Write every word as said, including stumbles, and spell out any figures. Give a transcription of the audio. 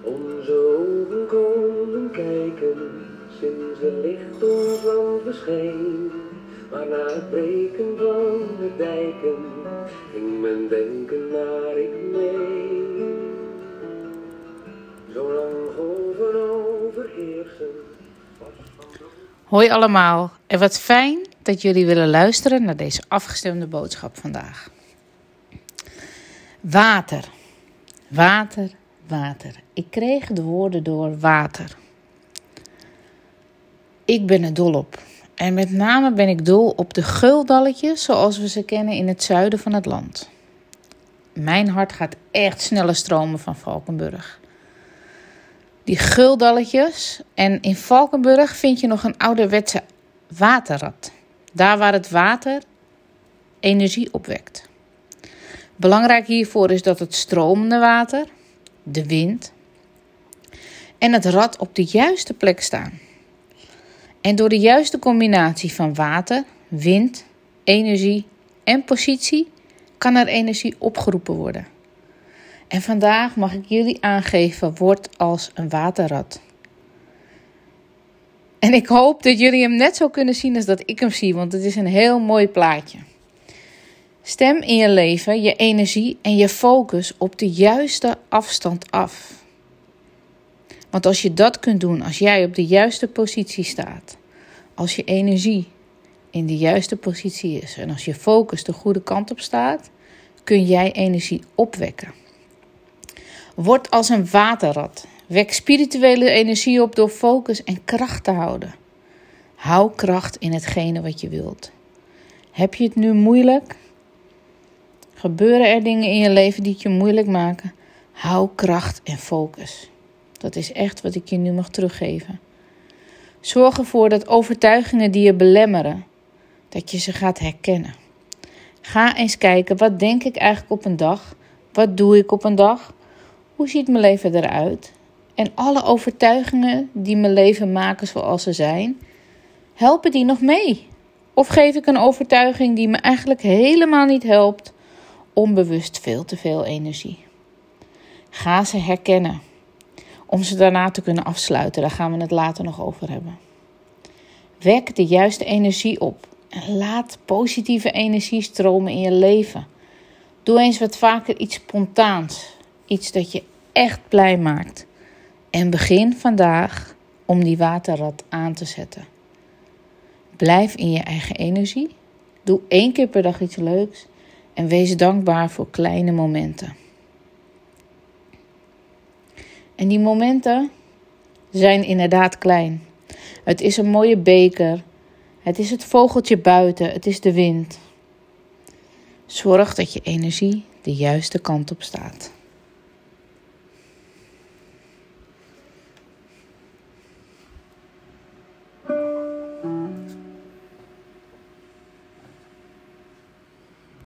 Onze ogen konden kijken sinds het licht ons land verscheen. Maar na het breken van de dijken ging men denken naar ik mee. Zolang golven overheersen. Hoi allemaal en wat fijn dat jullie willen luisteren naar deze afgestemde boodschap vandaag. Water, water, water. Ik kreeg de woorden door water. Ik ben er dol op. En met name ben ik dol op de geuldalletjes zoals we ze kennen in het zuiden van het land. Mijn hart gaat echt sneller stromen van Valkenburg. Die geuldalletjes. En in Valkenburg vind je nog een ouderwetse waterrad. Daar waar het water energie opwekt. Belangrijk hiervoor is dat het stromende water, de wind en het rad op de juiste plek staan. En door de juiste combinatie van water, wind, energie en positie kan er energie opgeroepen worden. En vandaag mag ik jullie aangeven, word als een waterrad. En ik hoop dat jullie hem net zo kunnen zien als dat ik hem zie, want het is een heel mooi plaatje. Stem in je leven je energie en je focus op de juiste afstand af. Want als je dat kunt doen, als jij op de juiste positie staat, als je energie in de juiste positie is en als je focus de goede kant op staat, kun jij energie opwekken. Word als een waterrad. Wek spirituele energie op door focus en kracht te houden. Hou kracht in hetgene wat je wilt. Heb je het nu moeilijk? Gebeuren er dingen in je leven die het je moeilijk maken? Hou kracht en focus. Dat is echt wat ik je nu mag teruggeven. Zorg ervoor dat overtuigingen die je belemmeren, dat je ze gaat herkennen. Ga eens kijken, wat denk ik eigenlijk op een dag? Wat doe ik op een dag? Hoe ziet mijn leven eruit? En alle overtuigingen die mijn leven maken zoals ze zijn, helpen die nog mee? Of geef ik een overtuiging die me eigenlijk helemaal niet helpt, onbewust veel te veel energie? Ga ze herkennen, om ze daarna te kunnen afsluiten. Daar gaan we het later nog over hebben. Wek de juiste energie op en laat positieve energie stromen in je leven. Doe eens wat vaker iets spontaans, iets dat je echt blij maakt. En begin vandaag om die waterrad aan te zetten. Blijf in je eigen energie. Doe één keer per dag iets leuks. En wees dankbaar voor kleine momenten. En die momenten zijn inderdaad klein. Het is een mooie beker. Het is het vogeltje buiten. Het is de wind. Zorg dat je energie de juiste kant op staat.